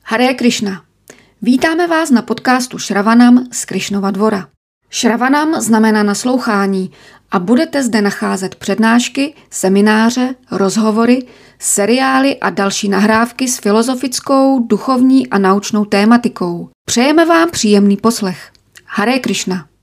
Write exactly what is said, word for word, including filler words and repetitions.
Hare Krishna. Vítáme vás na podcastu Shravanam z Krishnova dvora. Shravanam znamená naslouchání a budete zde nacházet přednášky, semináře, rozhovory, seriály a další nahrávky s filozofickou, duchovní a naučnou tématikou. Přejeme vám příjemný poslech. Hare Krishna.